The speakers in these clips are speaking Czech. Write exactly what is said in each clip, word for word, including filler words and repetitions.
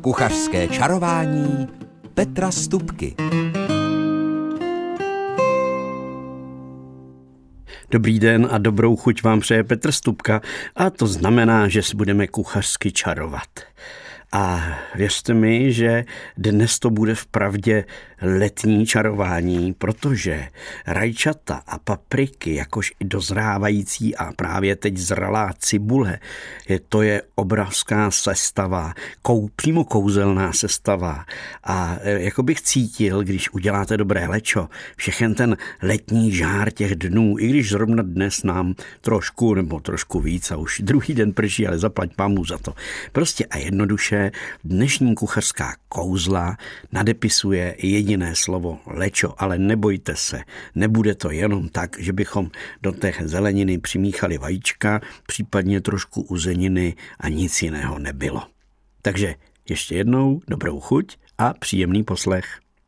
Kuchařské čarování Petra Stupky. Dobrý den a dobrou chuť vám přeje Petr Stupka a to znamená, že si budeme kuchařsky čarovat. A věřte mi, že dnes to bude vpravdě letní čarování, protože rajčata a papriky, jakož i dozrávající a právě teď zralá cibule, je, to je obrovská sestava, kou, přímo kouzelná sestava. A jako bych cítil, když uděláte dobré lečo, všechen ten letní žár těch dnů, i když zrovna dnes nám trošku nebo trošku víc a už druhý den prší, ale zaplať pámu za to. Prostě a jednoduše dnešní kuchařská kouzla nadepisuje jediné slovo lečo, ale nebojte se, nebude to jenom tak, že bychom do té zeleniny přimíchali vajíčka, případně trošku uzeniny a nic jiného nebylo. Takže ještě jednou dobrou chuť a příjemný poslech.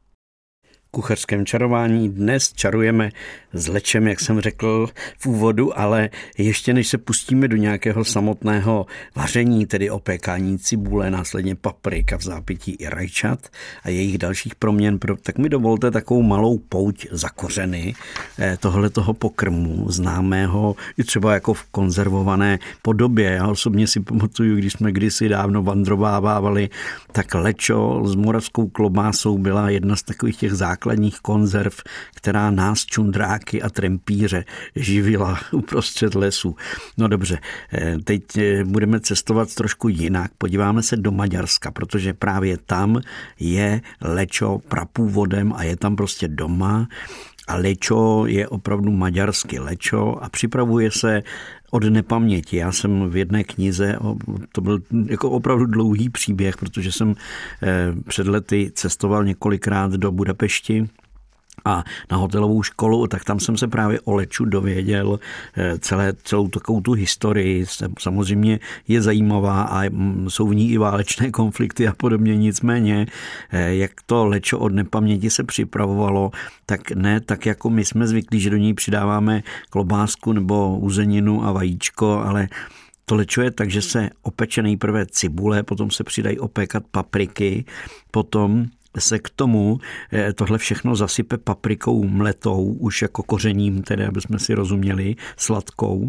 V kuchařském čarování dnes čarujeme s lečem, jak jsem řekl v úvodu, ale ještě než se pustíme do nějakého samotného vaření, tedy opékání cibule, následně paprika v zápětí i rajčat a jejich dalších proměn, tak mi dovolte takovou malou pouť za kořeny tohletoho pokrmu, známého i třeba jako v konzervované podobě. Já osobně si pamatuju, když jsme kdysi dávno vandrovávávali, tak lečo s moravskou klobásou byla jedna z takových těch základních konzerv, která nás čundráky a trempíře živila uprostřed lesu. No dobře, teď budeme cestovat trošku jinak. Podíváme se do Maďarska, protože právě tam je lečo prapůvodem a je tam prostě doma. A lečo je opravdu maďarský lečo a připravuje se od nepaměti. Já jsem v jedné knize, to byl jako opravdu dlouhý příběh, protože jsem před lety cestoval několikrát do Budapešti a na hotelovou školu, tak tam jsem se právě o leču dověděl celé, celou takovou tu historii. Samozřejmě je zajímavá a jsou v ní i válečné konflikty a podobně. Nicméně, jak to lečo od nepaměti se připravovalo, tak ne tak, jako my jsme zvyklí, že do ní přidáváme klobásku nebo uzeninu a vajíčko, ale to lečo je tak, že se opeče nejprve cibule, potom se přidají opékat papriky, potom se k tomu tohle všechno zasype paprikou mletou, už jako kořením, tedy aby jsme si rozuměli, sladkou.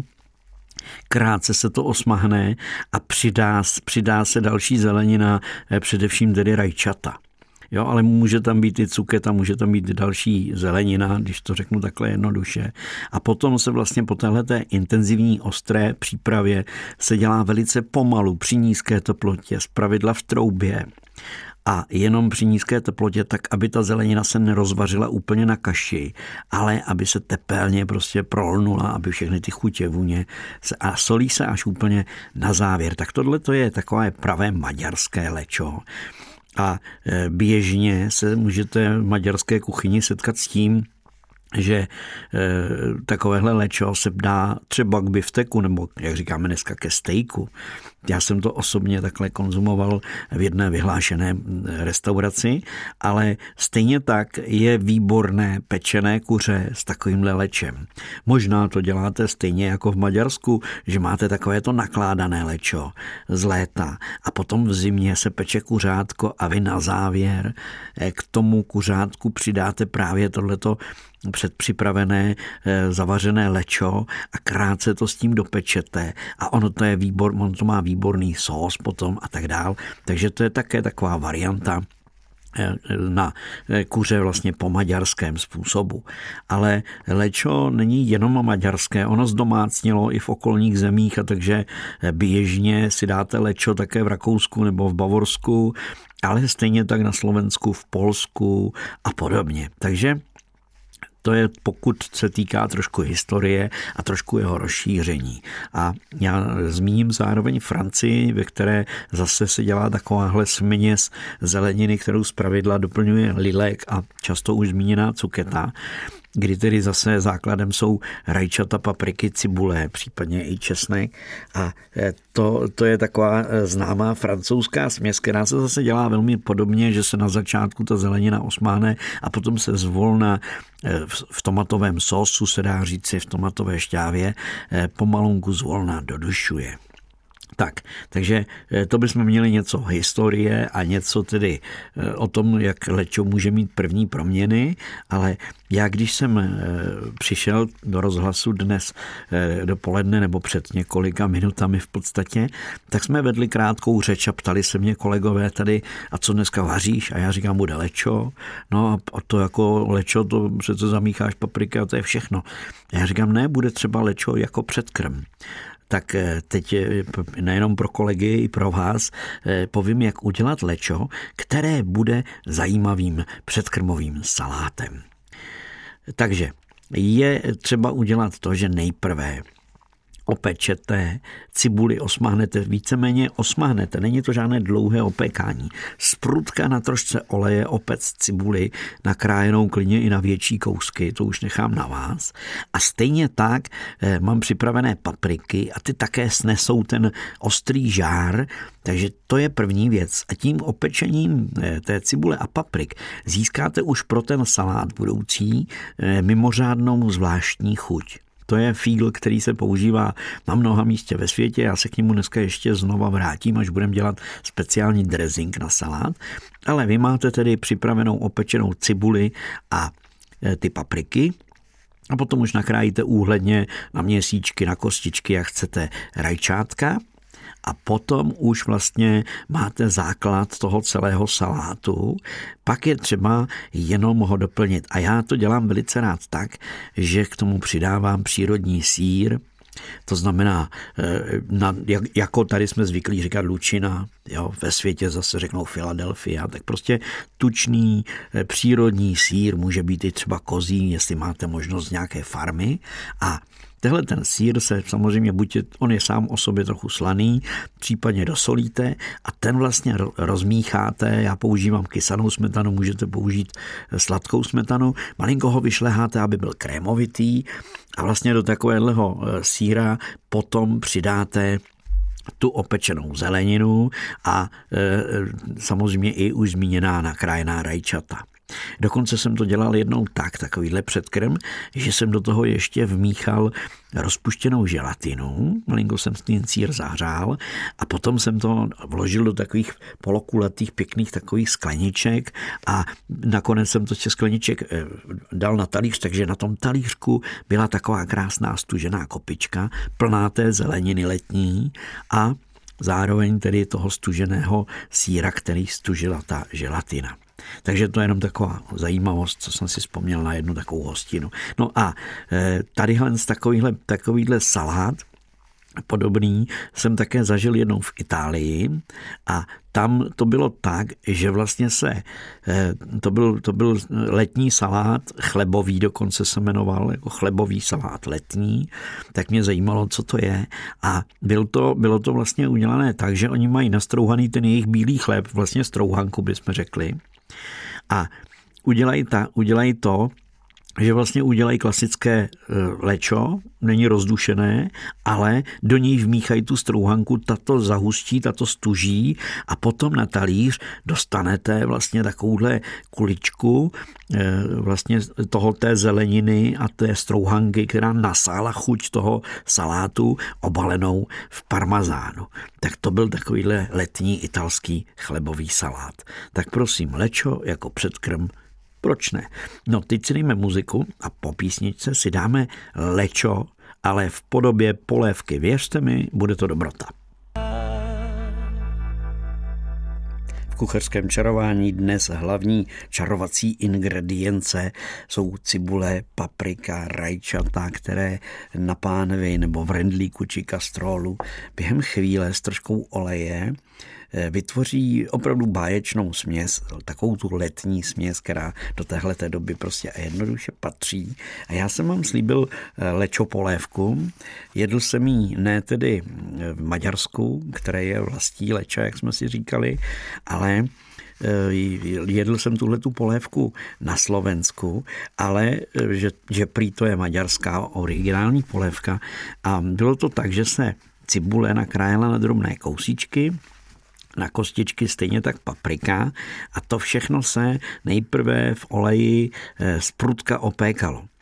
Krátce se to osmahne a přidá, přidá se další zelenina, především tedy rajčata. Jo, ale může tam být i cuketa, může tam být další zelenina, když to řeknu takhle jednoduše. A potom se vlastně po téhleté intenzivní ostré přípravě se dělá velice pomalu při nízké teplotě, zpravidla v troubě. A jenom při nízké teplotě, tak aby ta zelenina se nerozvařila úplně na kaši, ale aby se tepelně prostě prolnula, aby všechny ty chutě, vůně se, a solí se až úplně na závěr. Tak tohle to je takové pravé maďarské lečo. A běžně se můžete v maďarské kuchyni setkat s tím, že e, takovéhle lečo se dá třeba k bifteku, nebo jak říkáme dneska ke stejku. Já jsem to osobně takhle konzumoval v jedné vyhlášené restauraci, ale stejně tak je výborné pečené kuře s takovýmhle lečem. Možná to děláte stejně jako v Maďarsku, že máte takovéto nakládané lečo z léta a potom v zimě se peče kuřátko a vy na závěr k tomu kuřátku přidáte právě tohleto předpřipravené zavařené lečo a krátce to s tím dopečete a ono to je výbor, ono to má výborný sós potom a tak dál. Takže to je také taková varianta na kuře vlastně po maďarském způsobu. Ale lečo není jenom maďarské, ono zdomácnilo i v okolních zemích a takže běžně si dáte lečo také v Rakousku nebo v Bavorsku, ale stejně tak na Slovensku, v Polsku a podobně. Takže to je, pokud se týká trošku historie a trošku jeho rozšíření. A já zmíním zároveň Francii, ve které zase se dělá takováhle směs zeleniny, kterou zpravidla doplňuje lilek a často už zmíněná cuketa, kdy tedy zase základem jsou rajčata, papriky, cibule, případně i česnek. A to, to je taková známá francouzská směs, která se zase dělá velmi podobně, že se na začátku ta zelenina osmáhne a potom se zvolna v tomatovém sósu, se dá říci v tomatové šťávě, pomalunku zvolna dodušuje. Tak, takže to bychom měli něco historie a něco tedy o tom, jak lečo může mít první proměny, ale já když jsem přišel do rozhlasu dnes dopoledne nebo před několika minutami v podstatě, tak jsme vedli krátkou řeč a ptali se mě kolegové tady, a co dneska vaříš? A já říkám, bude lečo. No a to jako lečo, to přece zamícháš paprika a to je všechno. A já říkám, ne, bude třeba lečo jako předkrm. Tak teď nejenom pro kolegy, i pro vás povím, jak udělat lečo, které bude zajímavým předkrmovým salátem. Takže je třeba udělat to, že nejprve opečete cibuli, osmahnete, víceméně osmahnete, není to žádné dlouhé opékání. Sprutka na trošce oleje opec cibuli, nakrájenou klidně i na větší kousky, to už nechám na vás. A stejně tak eh, mám připravené papriky a ty také snesou ten ostrý žár, takže to je první věc. A tím opečením eh, té cibule a paprik získáte už pro ten salát budoucí eh, mimořádnou zvláštní chuť. To je fígl, který se používá na mnoha místě ve světě. Já se k němu dneska ještě znova vrátím, až budeme dělat speciální dressing na salát. Ale vy máte tedy připravenou opečenou cibuli a ty papriky. A potom už nakrájíte úhledně na měsíčky, na kostičky, jak chcete, rajčátka. A potom už vlastně máte základ toho celého salátu. Pak je třeba jenom ho doplnit. A já to dělám velice rád tak, že k tomu přidávám přírodní sýr. To znamená, na, jak, jako tady jsme zvyklí říkat lučina, jo, ve světě zase řeknou Philadelphia, tak prostě tučný přírodní sýr, může být i třeba kozí, jestli máte možnost z nějaké farmy. A tehle ten sýr se samozřejmě, buď je, on je sám o sobě trochu slaný, případně dosolíte a ten vlastně rozmícháte. Já používám kysanou smetanu, můžete použít sladkou smetanu. Malinko ho vyšleháte, aby byl krémovitý a vlastně do takového sýra potom přidáte tu opečenou zeleninu a e, samozřejmě i už zmíněná nakrájená rajčata. Dokonce jsem to dělal jednou tak, takovýhle předkrm, že jsem do toho ještě vmíchal rozpuštěnou želatinu, malinko jsem ten sýr zahřál a potom jsem to vložil do takových polokulatých pěkných takových skleniček a nakonec jsem to těch skleniček dal na talíř, takže na tom talířku byla taková krásná stužená kopička, plná té zeleniny letní a zároveň tedy toho stuženého sýra, který stužila ta želatina. Takže to je jenom taková zajímavost, co jsem si vzpomněl na jednu takovou hostinu. No a tadyhle z takovýhle, takovýhle salát podobný jsem také zažil jednou v Itálii a tam to bylo tak, že vlastně se, to byl, to byl letní salát, chlebový dokonce se jmenoval, jako chlebový salát letní, tak mě zajímalo, co to je a byl to, bylo to vlastně udělané tak, že oni mají nastrouhaný ten jejich bílý chléb, vlastně strouhanku bychom řekli a udělají, ta, udělají to, že vlastně udělají klasické lečo, není rozdušené, ale do ní vmíchají tu strouhanku, tato zahustí, tato stuží a potom na talíř dostanete vlastně takovouhle kuličku vlastně toho té zeleniny a té strouhanky, která nasála chuť toho salátu obalenou v parmazánu. Tak to byl takovýhle letní italský chlebový salát. Tak prosím, lečo jako předkrm, proč ne? No, teď si dejme muziku a po písničce si dáme lečo, ale v podobě polévky. Věřte mi, bude to dobrota. V kuchařském čarování dnes hlavní čarovací ingredience jsou cibule, paprika, rajčata, které na pánvi nebo v rendlíku či kastrolu během chvíle s troškou oleje vytvoří opravdu báječnou směs, takovou tu letní směs, která do téhleté doby prostě jednoduše patří. A já jsem vám slíbil lečo polévku. Jedl jsem jí ne tedy v Maďarsku, které je vlastí leča, jak jsme si říkali, ale jedl jsem tuhletu polévku na Slovensku, ale že, že prý to je maďarská originální polévka a bylo to tak, že se cibule nakrájela na drobné kousíčky, na kostičky, stejně tak paprika a to všechno se nejprve v oleji z prutka opékalo.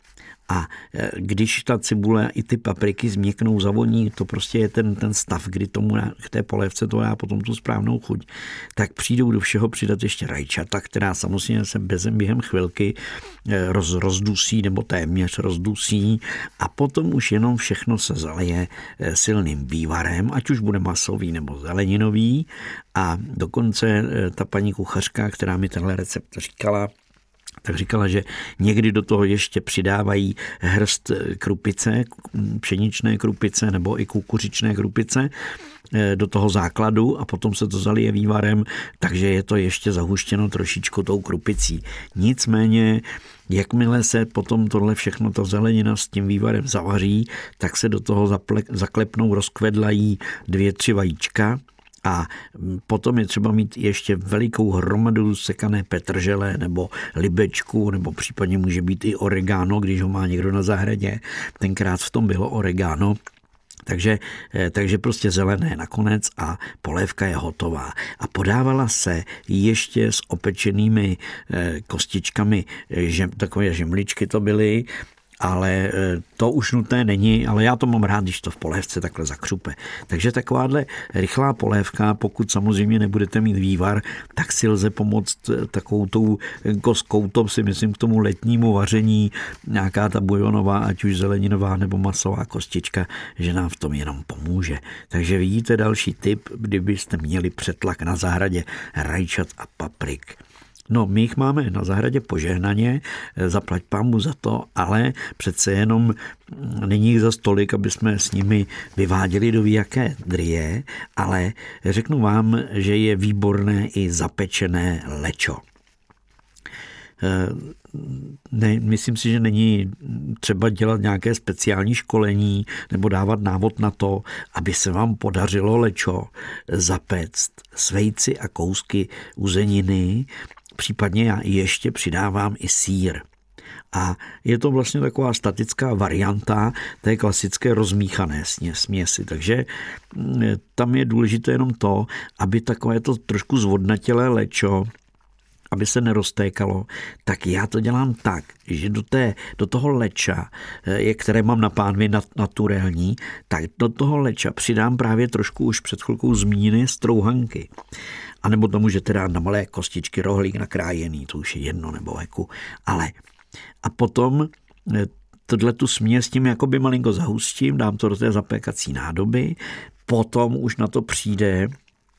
A když ta cibule i ty papriky změknou, zavoní, to prostě je ten, ten stav, kdy tomu k té polévce to dá potom tu správnou chuť, tak přijdou do všeho přidat ještě rajčata, která samozřejmě se bezem během chvilky roz, rozdusí nebo téměř rozdusí a potom už jenom všechno se zaleje silným vývarem, ať už bude masový nebo zeleninový. A dokonce ta paní kuchařka, která mi tenhle recept říkala, tak říkala, že někdy do toho ještě přidávají hrst krupice, pšeničné krupice nebo i kukuřičné krupice do toho základu a potom se to zalije vývarem, takže je to ještě zahuštěno trošičku tou krupicí. Nicméně, jakmile se potom tohle všechno, ta zelenina s tím vývarem zavaří, tak se do toho zaple- zaklepnou, rozkvedlají dvě, tři vajíčka. A potom je třeba mít ještě velikou hromadu sekané petržele nebo libečku, nebo případně může být i oregano, když ho má někdo na zahradě. Tenkrát v tom bylo oregano. Takže, takže prostě zelené nakonec a polévka je hotová. A podávala se ještě s opečenými kostičkami, že, takové žemličky to byly, ale to už nutné není, ale já to mám rád, když to v polévce takhle zakřupe. Takže takováhle rychlá polévka, pokud samozřejmě nebudete mít vývar, tak si lze pomoct takovou tou kostkou, to si myslím k tomu letnímu vaření, nějaká ta bujonová, ať už zeleninová nebo masová kostička, že nám v tom jenom pomůže. Takže vidíte další tip, kdybyste měli přetlak na zahradě rajčat a paprik. No, my jich máme na zahradě požehnaně, zaplať pámu za to, ale přece jenom není jich za tolik, aby jsme s nimi vyváděli do jaké drie, ale řeknu vám, že je výborné i zapečené lečo. Ne, myslím si, že není třeba dělat nějaké speciální školení nebo dávat návod na to, aby se vám podařilo lečo zapéct s vejci a kousky uzeniny. Případně já ještě přidávám i sýr. A je to vlastně taková statická varianta té klasické rozmíchané směsi. Takže tam je důležité jenom to, aby takové to trošku zvodnatělé lečo, aby se neroztékalo, tak já to dělám tak, že do, té, do toho leča, které mám na pánvi naturální, tak do toho leča přidám právě trošku už před chvilkou zmíněné strouhanky. A nebo to můžete dát na malé kostičky, rohlík nakrájený, to už je jedno, nebo heku. Ale a potom tohle tu směs tím jakoby malinko zahustím, dám to do té zapékací nádoby, potom už na to přijde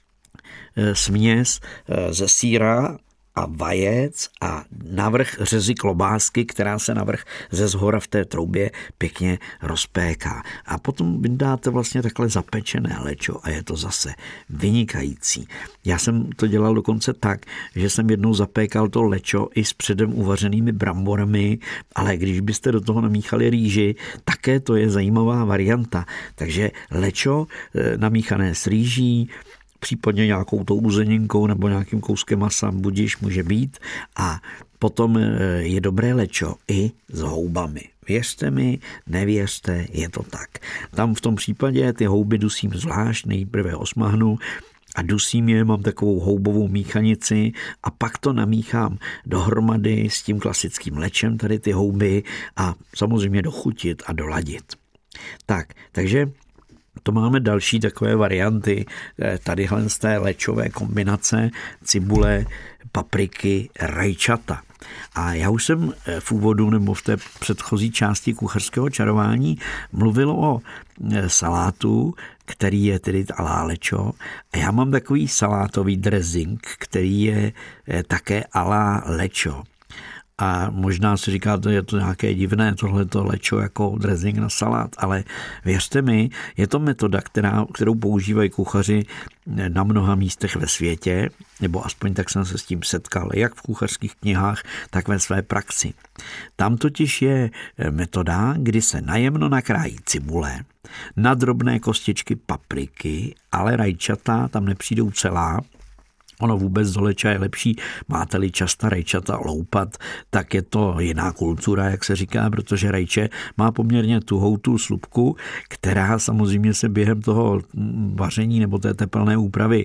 směs ze sýra a vajec a navrch řezy klobásky, která se navrch ze zhora v té troubě pěkně rozpéká. A potom vydáte vlastně takhle zapečené lečo a je to zase vynikající. Já jsem to dělal dokonce tak, že jsem jednou zapékal to lečo i s předem uvařenými bramborami, ale když byste do toho namíchali rýži, také to je zajímavá varianta. Takže lečo namíchané s rýží, případně nějakou tou uzeninkou nebo nějakým kouskem masa, budiš může být. A potom je dobré lečo i s houbami. Věřte mi, nevěřte, je to tak. Tam v tom případě ty houby dusím zvlášť, nejprve osmahnu a dusím je, mám takovou houbovou míchanici a pak to namíchám dohromady s tím klasickým lečem, tady ty houby a samozřejmě dochutit a doladit. Tak, takže to máme další takové varianty tadyhle z té lečové kombinace cibule, papriky, rajčata. A já už jsem v úvodu nebo v té předchozí části kuchařského čarování mluvil o salátu, který je tedy alá lečo. A já mám takový salátový dressing, který je také alá lečo. A možná si říkáte, je to nějaké divné, tohleto lečo jako dressing na salát, ale věřte mi, je to metoda, která, kterou používají kuchaři na mnoha místech ve světě, nebo aspoň tak jsem se s tím setkal, jak v kuchařských knihách, tak ve své praxi. Tam totiž je metoda, kdy se najemno nakrájí cibule, na drobné kostičky papriky, ale rajčata tam nepřijdou celá, Ono vůbec do leča je lepší, máte-li časta rajčata loupat, tak je to jiná kultura, jak se říká, protože rajče má poměrně tuhou tu slupku, která samozřejmě se během toho vaření nebo té tepelné úpravy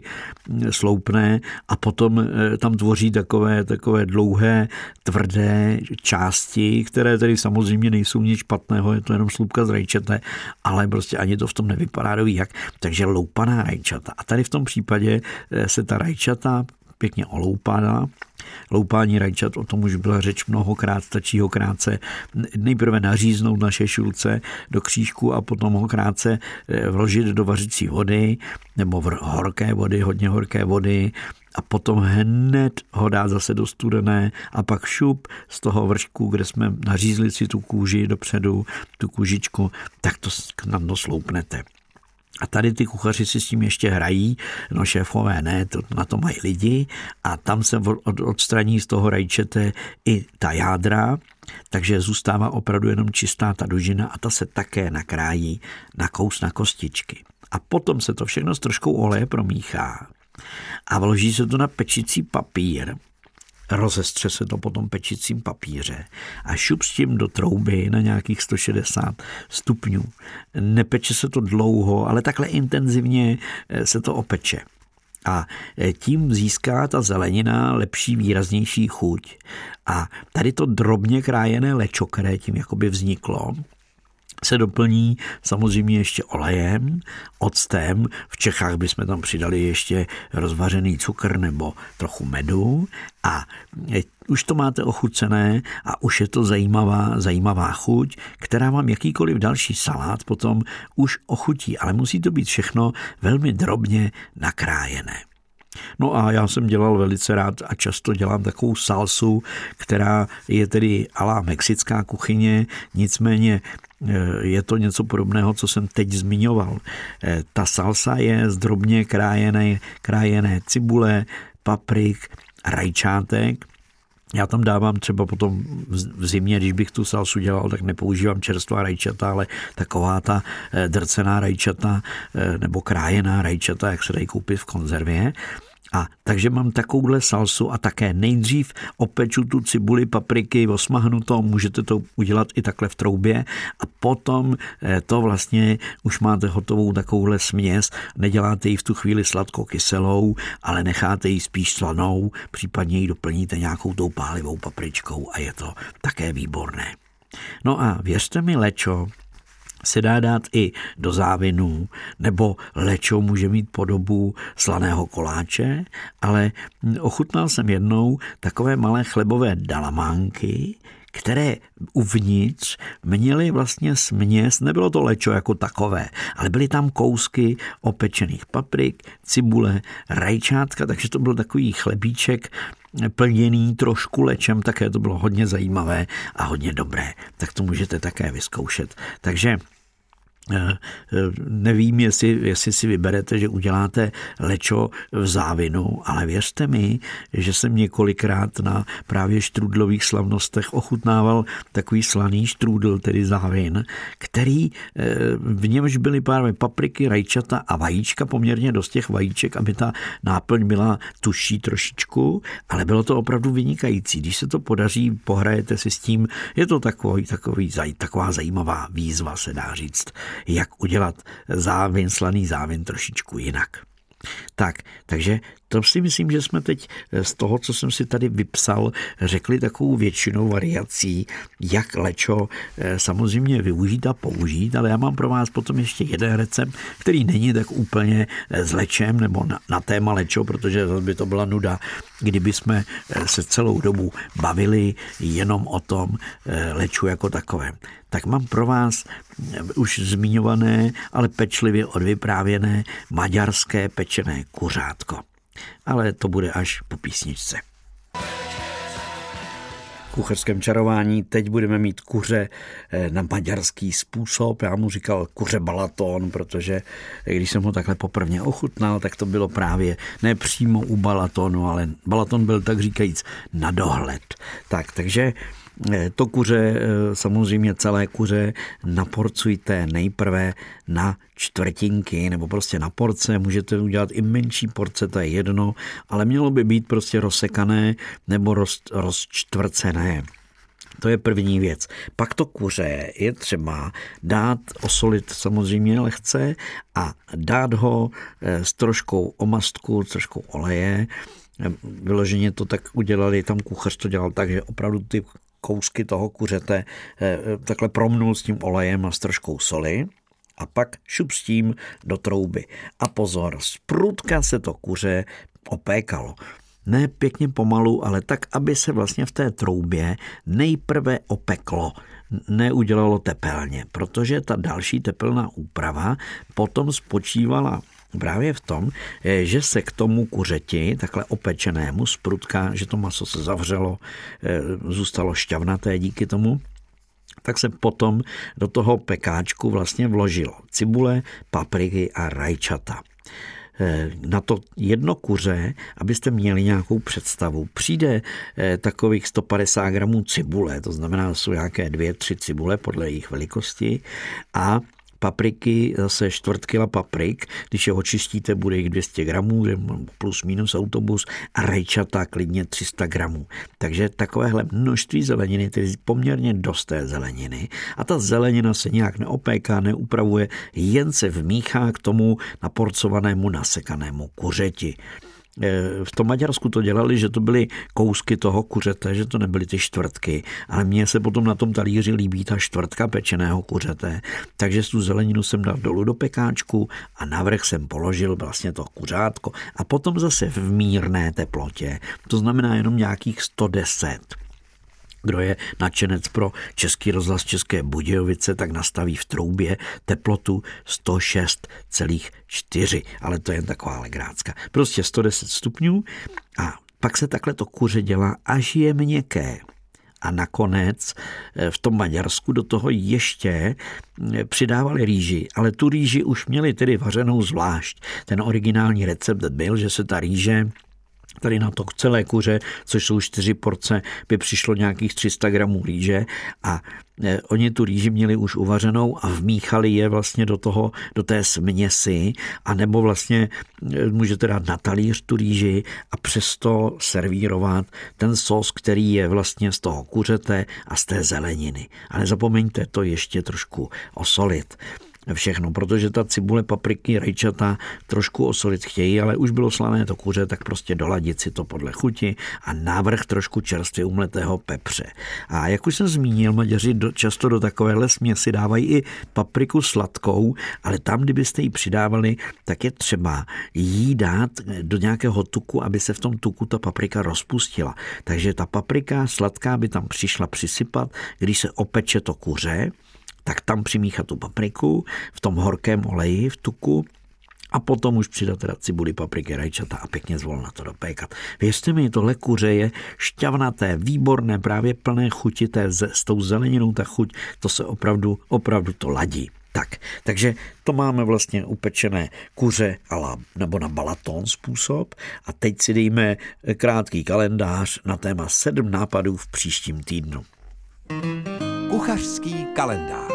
sloupne a potom tam tvoří takové, takové dlouhé, tvrdé části, které tedy samozřejmě nejsou nic špatného, je to jenom slupka z rajčete, ale prostě ani to v tom nevypadá doví jak, takže loupaná rajčata. A tady v tom případě se ta rajčata pěkně oloupaná. Loupání rajčat, o tom už byla řeč mnohokrát, stačí ho krátce nejprve naříznout na šešulce do křížku a potom ho krátce vložit do vařící vody nebo v horké vody, hodně horké vody a potom hned ho dát zase do studené a pak šup z toho vršku, kde jsme nařízli si tu kůži dopředu, tu kůžičku, tak to nám to sloupnete. A tady ty kuchaři si s tím ještě hrají, no šéfové ne, to, na to mají lidi a tam se od, odstraní z toho rajčete i ta jádra, takže zůstává opravdu jenom čistá ta dužina a ta se také nakrájí na kous na kostičky. A potom se to všechno s troškou oleje promíchá a vloží se to na pečicí papír. Rozestře se to po tom pečicím papíře a šup s tím do trouby na nějakých sto šedesát stupňů. Nepeče se to dlouho, ale takhle intenzivně se to opeče. A tím získá ta zelenina lepší, výraznější chuť. A tady to drobně krájené lečo, které tím jakoby vzniklo, se doplní samozřejmě ještě olejem, octem. V Čechách bychom tam přidali ještě rozvařený cukr nebo trochu medu a už to máte ochucené a už je to zajímavá, zajímavá chuť, která vám jakýkoliv další salát potom už ochutí, ale musí to být všechno velmi drobně nakrájené. No a já jsem dělal velice rád a často dělám takovou salsu, která je tedy alá mexická kuchyně, nicméně je to něco podobného, co jsem teď zmiňoval. Ta salsa je z drobně krájené, krájené cibule, paprik, rajčátek. Já tam dávám třeba potom v zimě, když bych tu salsu dělal, tak nepoužívám čerstvá rajčata, ale taková ta drcená rajčata nebo krájená rajčata, jak se dají koupit v konzervě. A takže mám takovouhle salsu a také nejdřív opeču tu cibuli, papriky, osmahnu to, můžete to udělat i takhle v troubě a potom to vlastně už máte hotovou takovouhle směs, neděláte ji v tu chvíli sladko-kyselou, ale necháte ji spíš slanou, případně ji doplníte nějakou tou pálivou papričkou a je to také výborné. No a věřte mi, lečo se dá dát i do závinů, nebo lečo může mít podobu slaného koláče, ale ochutnal jsem jednou takové malé chlebové dalamánky, které uvnitř měly vlastně směs, nebylo to lečo jako takové, ale byly tam kousky opečených paprik, cibule, rajčátka, takže to byl takový chlebíček plněný trošku lečem, také to bylo hodně zajímavé a hodně dobré, tak to můžete také vyzkoušet. Takže nevím, jestli, jestli si vyberete, že uděláte lečo v závinu, ale věřte mi, že jsem několikrát na právě štrůdlových slavnostech ochutnával takový slaný štrůdl, tedy závin, který v němž byly právě papriky, rajčata a vajíčka, poměrně dost těch vajíček, aby ta náplň byla tužší trošičku, ale bylo to opravdu vynikající. Když se to podaří, pohrajete si s tím, je to takový, takový, taková zajímavá výzva, se dá říct, jak udělat závin, slaný závin trošičku jinak. Tak, takže to si myslím, že jsme teď z toho, co jsem si tady vypsal, řekli takovou většinou variací, jak lečo samozřejmě využít a použít, ale já mám pro vás potom ještě jeden recept, který není tak úplně s lečem nebo na, na téma lečo, protože by to byla nuda, kdyby jsme se celou dobu bavili jenom o tom leču jako takovém. Tak mám pro vás už zmiňované, ale pečlivě odvyprávěné maďarské pečené kuřátko. Ale to bude až po písničce. V kuchařském čarování teď budeme mít kuře na maďarský způsob. Já mu říkal kuře Balaton, protože když jsem ho takhle poprvně ochutnal, tak to bylo právě ne přímo u Balatonu, ale Balaton byl tak říkajíc na dohled. Tak, takže To kuře, samozřejmě celé kuře, naporcujte nejprve na čtvrtinky nebo prostě na porce. Můžete udělat i menší porce, to je jedno, ale mělo by být prostě rozsekané nebo roz, rozčtvrcené. To je první věc. Pak to kuře je třeba dát, osolit samozřejmě lehce a dát ho s troškou omastku, s troškou oleje. Vyloženě to tak udělali, tam kuchař to dělal tak, že opravdu ty kousky toho kuřete takhle promnul s tím olejem a s troškou soli a pak šup s tím do trouby. A pozor, zprudka se to kuře opékalo. Ne pěkně pomalu, ale tak, aby se vlastně v té troubě nejprve opeklo, neudělalo tepelně, protože ta další tepelná úprava potom spočívala právě v tom, že se k tomu kuřeti, takhle opečenému zprudka, že to maso se zavřelo, zůstalo šťavnaté díky tomu, tak se potom do toho pekáčku vlastně vložilo cibule, papriky a rajčata. Na to jedno kuře, abyste měli nějakou představu, přijde takových sto padesát gramů cibule, to znamená, jsou nějaké dvě, tři cibule podle jejich velikosti a papriky, zase čtvrt kila paprik, když je očistíte, bude jich dvě stě gramů, plus minus autobus a rajčata klidně tři sta gramů. Takže takovéhle množství zeleniny, tedy poměrně dost té zeleniny a ta zelenina se nějak neopéká, neupravuje, jen se vmíchá k tomu naporcovanému nasekanému kuřeti. V tom Maďarsku to dělali, že to byly kousky toho kuřete, že to nebyly ty čtvrtky, ale mně se potom na tom talíři líbí ta čtvrtka pečeného kuřete, takže tu zeleninu jsem dal dolů do pekáčku a navrch jsem položil vlastně to kuřátko a potom zase v mírné teplotě, to znamená jenom nějakých sto deset. Kdo je nadšenec pro Český rozhlas České Budějovice, tak nastaví v troubě teplotu sto šest celá čtyři, ale to je jen taková legrácka. Prostě sto deset stupňů a pak se takhle to kuře dělá, až je měkké. A nakonec v tom Maďarsku do toho ještě přidávali rýži, ale tu rýži už měli tedy vařenou zvlášť. Ten originální recept byl, že se ta rýže tady na to celé kuře, což jsou čtyři porce, by přišlo nějakých tři sta gramů rýže a eh, oni tu rýži měli už uvařenou a vmíchali je vlastně do toho, do té směsi a nebo vlastně eh, můžete dát na talíř tu rýži a přesto servírovat ten sos, který je vlastně z toho kuřete a z té zeleniny. A nezapomeňte to ještě trošku osolit. Všechno, protože ta cibule, papriky, rajčata trošku osolit chtějí, ale už bylo slané to kuře, tak prostě doladit si to podle chuti a navrch trošku čerstvě umletého pepře. A jak už jsem zmínil, Maďaři do, často do takovéhle směsi dávají i papriku sladkou, ale tam, kdybyste ji přidávali, tak je třeba jí dát do nějakého tuku, aby se v tom tuku ta paprika rozpustila. Takže ta paprika sladká by tam přišla přisypat, když se opeče to kuře, tak tam přimíchat tu papriku v tom horkém oleji, v tuku a potom už přidat teda cibuli, papriky, rajčata a pěkně zvolna to dopékat. Věřte mi, tohle kuře je šťavnaté, výborné, právě plné chuti té, s tou zeleninou, ta chuť, to se opravdu, opravdu to ladí. Tak, takže to máme vlastně upečené kuře ala, nebo na balaton způsob a teď si dejme krátký kalendář na téma sedm nápadů v příštím týdnu. Kuchařský kalendář.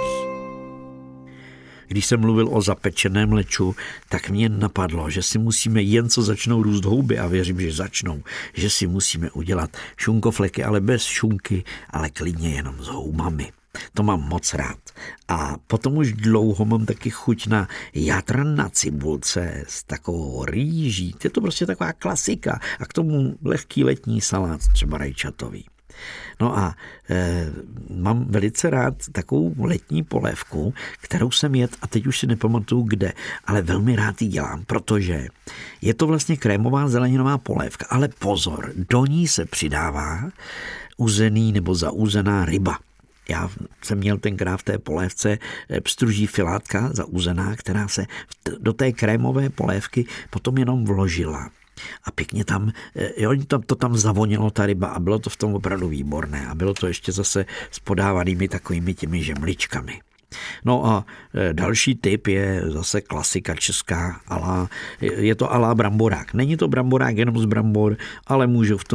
Když jsem mluvil o zapečeném leču, tak mě napadlo, že si musíme jen co začnou růst houby a věřím, že začnou, že si musíme udělat šunkofleky, ale bez šunky, ale klidně jenom s houbami. To mám moc rád. A potom už dlouho mám taky chuť na jatran na cibulce s takovou rýží. Je to prostě taková klasika. A k tomu lehký letní salát, třeba rajčatový. No a e, mám velice rád takovou letní polévku, kterou jsem jet a teď už si nepamatuju kde, ale velmi rád ji dělám, protože je to vlastně krémová zeleninová polévka, ale pozor, do ní se přidává uzený nebo zauzená ryba. Já jsem měl tenkrát v té polévce pstruží filátka zauzená, která se do té krémové polévky potom jenom vložila. A pěkně tam, jo, to, to tam zavonilo ta ryba a bylo to v tom opravdu výborné. A bylo to ještě zase s podávanými takovými těmi žemličkami. No a další typ je zase klasika česká, ala, je to alá bramborák. Není to bramborák jenom z brambor, ale můžou v tom být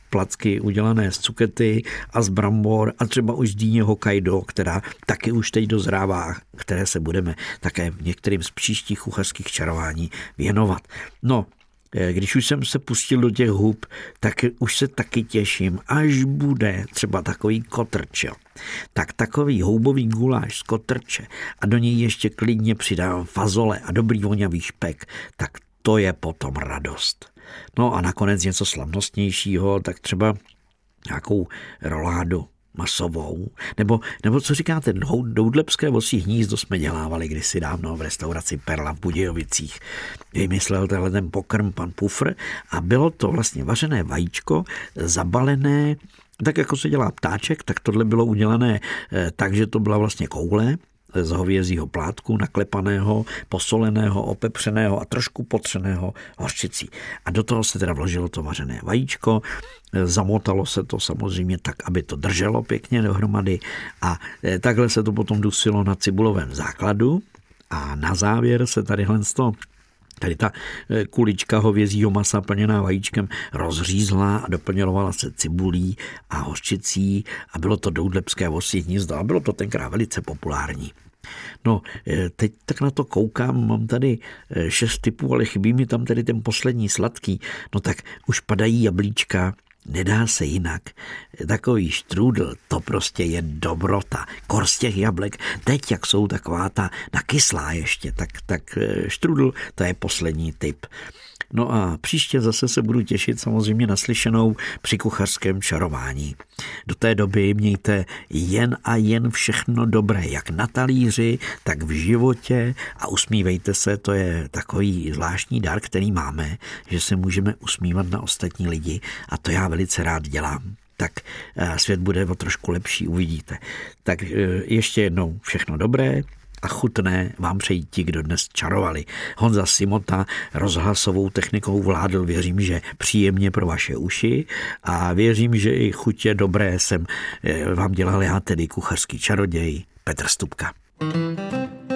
placky udělané z cukety a z brambor a třeba už z dýně Hokkaido, která taky už teď dozrává, které se budeme také v některým z příštích kuchařských čarování věnovat. No, když už jsem se pustil do těch hub, tak už se taky těším, až bude třeba takový kotrč. Tak takový houbový guláš z kotrče a do něj ještě klidně přidám fazole a dobrý voňavý špek, tak to je potom radost. No a nakonec něco slavnostnějšího, tak třeba nějakou roládu masovou, nebo, nebo co říkáte, doudlebské vosí hnízdo jsme dělávali kdysi dávno v restauraci Perla v Budějovicích. Vymyslel tenhle ten pokrm pan Pufr a bylo to vlastně vařené vajíčko zabalené, tak jako se dělá ptáček, tak tohle bylo udělané tak, že to byla vlastně koule z hovězího plátku, naklepaného, posoleného, opepřeného a trošku potřeného hořčicí. A do toho se teda vložilo to vařené vajíčko, zamotalo se to samozřejmě tak, aby to drželo pěkně dohromady a takhle se to potom dusilo na cibulovém základu a na závěr se tadyhle z toho Tady ta kulička hovězího masa plněná vajíčkem rozřízla a doplňovala se cibulí a hořčicí a bylo to doudlebské vosí hnízdo a bylo to tenkrát velice populární. No, teď tak na to koukám, mám tady šest typů, ale chybí mi tam tedy ten poslední sladký. No tak už padají jablíčka, nedá se jinak. Takový štrůdl, to prostě je dobrota. Kor z těch jablek, teď jak jsou taková ta nakyslá ještě, tak, tak štrůdl, to je poslední typ. No a příště zase se budu těšit samozřejmě na slyšenou při kuchařském čarování. Do té doby mějte jen a jen všechno dobré, jak na talíři, tak v životě a usmívejte se, to je takový zvláštní dar, který máme, že se můžeme usmívat na ostatní lidi a to já velice rád dělám. Tak svět bude o trošku lepší, uvidíte. Tak ještě jednou všechno dobré a chutné vám přejí ti, kdo dnes čarovali. Honza Simota rozhlasovou technikou vládl, věřím, že příjemně pro vaše uši a věřím, že i chutě dobré jsem vám dělal já, tedy kuchařský čaroděj Petr Stupka.